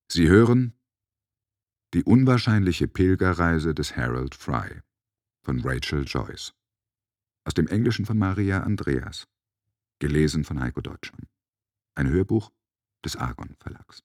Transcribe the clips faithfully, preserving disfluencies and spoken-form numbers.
Sie hören Die unwahrscheinliche Pilgerreise des Harold Fry von Rachel Joyce. Aus dem Englischen von Maria Andreas. Gelesen von Heiko Deutschmann. Ein Hörbuch des Argon Verlags.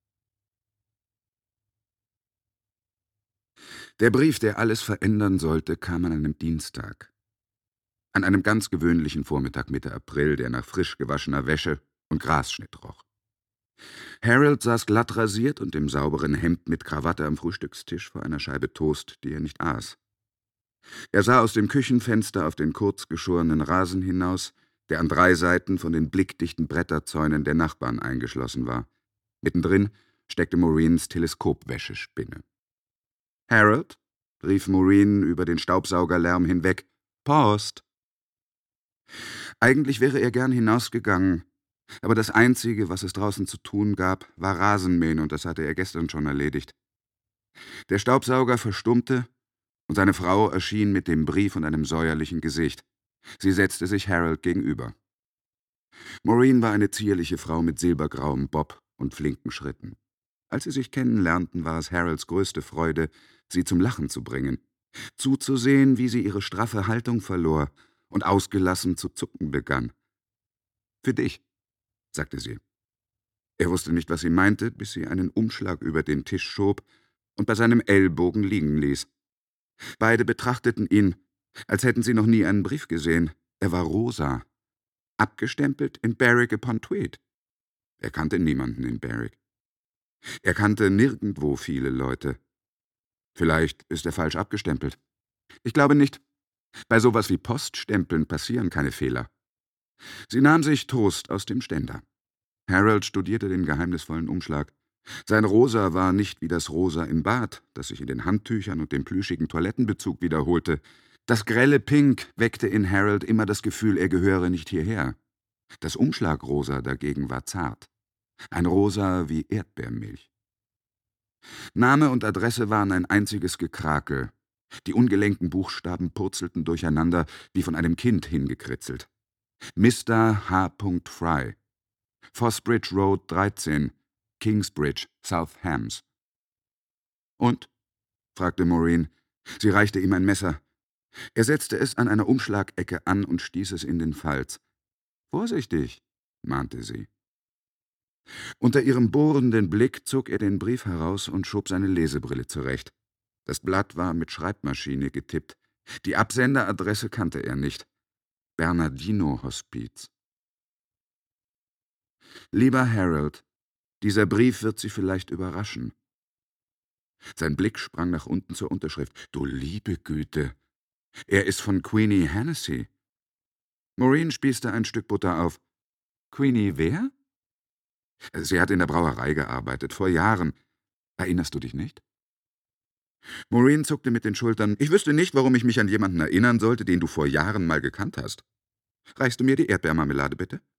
Der Brief, der alles verändern sollte, kam an einem Dienstag. An einem ganz gewöhnlichen Vormittag Mitte April, der nach frisch gewaschener Wäsche und Grasschnitt roch. Harold saß glatt rasiert und im sauberen Hemd mit Krawatte am Frühstückstisch vor einer Scheibe Toast, die er nicht aß. Er sah aus dem Küchenfenster auf den kurz geschorenen Rasen hinaus, der an drei Seiten von den blickdichten Bretterzäunen der Nachbarn eingeschlossen war. Mittendrin steckte Maureen's Teleskopwäschespinne. »Harold«, rief Maureen über den Staubsaugerlärm hinweg, »Post!« Eigentlich wäre er gern hinausgegangen, aber das Einzige, was es draußen zu tun gab, war Rasenmähen, und das hatte er gestern schon erledigt. Der Staubsauger verstummte, und seine Frau erschien mit dem Brief und einem säuerlichen Gesicht. Sie setzte sich Harold gegenüber. Maureen war eine zierliche Frau mit silbergrauem Bob und flinken Schritten. Als sie sich kennenlernten, war es Harolds größte Freude, sie zum Lachen zu bringen, zuzusehen, wie sie ihre straffe Haltung verlor und ausgelassen zu zucken begann. »Für dich«, sagte sie. Er wusste nicht, was sie meinte, bis sie einen Umschlag über den Tisch schob und bei seinem Ellbogen liegen ließ. Beide betrachteten ihn, als hätten sie noch nie einen Brief gesehen. Er war rosa, abgestempelt in Berwick-upon-Tweed. Er kannte niemanden in Berwick. Er kannte nirgendwo viele Leute. Vielleicht ist er falsch abgestempelt. Ich glaube nicht. Bei sowas wie Poststempeln passieren keine Fehler. Sie nahm sich Toast aus dem Ständer. Harold studierte den geheimnisvollen Umschlag. Sein Rosa war nicht wie das Rosa im Bad, das sich in den Handtüchern und dem plüschigen Toilettenbezug wiederholte. Das grelle Pink weckte in Harold immer das Gefühl, er gehöre nicht hierher. Das Umschlagrosa dagegen war zart. Ein Rosa wie Erdbeermilch. Name und Adresse waren ein einziges Gekrakel. Die ungelenken Buchstaben purzelten durcheinander, wie von einem Kind hingekritzelt. Mister H. Fry. Fossbridge Road dreizehn, Kingsbridge, South Hams. »Und?«, fragte Maureen. Sie reichte ihm ein Messer. Er setzte es an einer Umschlagecke an und stieß es in den Falz. »Vorsichtig«, mahnte sie. Unter ihrem bohrenden Blick zog er den Brief heraus und schob seine Lesebrille zurecht. Das Blatt war mit Schreibmaschine getippt. Die Absenderadresse kannte er nicht. Bernardino-Hospiz. »Lieber Harold, dieser Brief wird Sie vielleicht überraschen.« Sein Blick sprang nach unten zur Unterschrift. »Du liebe Güte! Er ist von Queenie Hennessy.« Maureen spießte ein Stück Butter auf. »Queenie wer?« »Sie hat in der Brauerei gearbeitet, vor Jahren. Erinnerst du dich nicht?« Maureen zuckte mit den Schultern. »Ich wüsste nicht, warum ich mich an jemanden erinnern sollte, den du vor Jahren mal gekannt hast. Reichst du mir die Erdbeermarmelade, bitte?«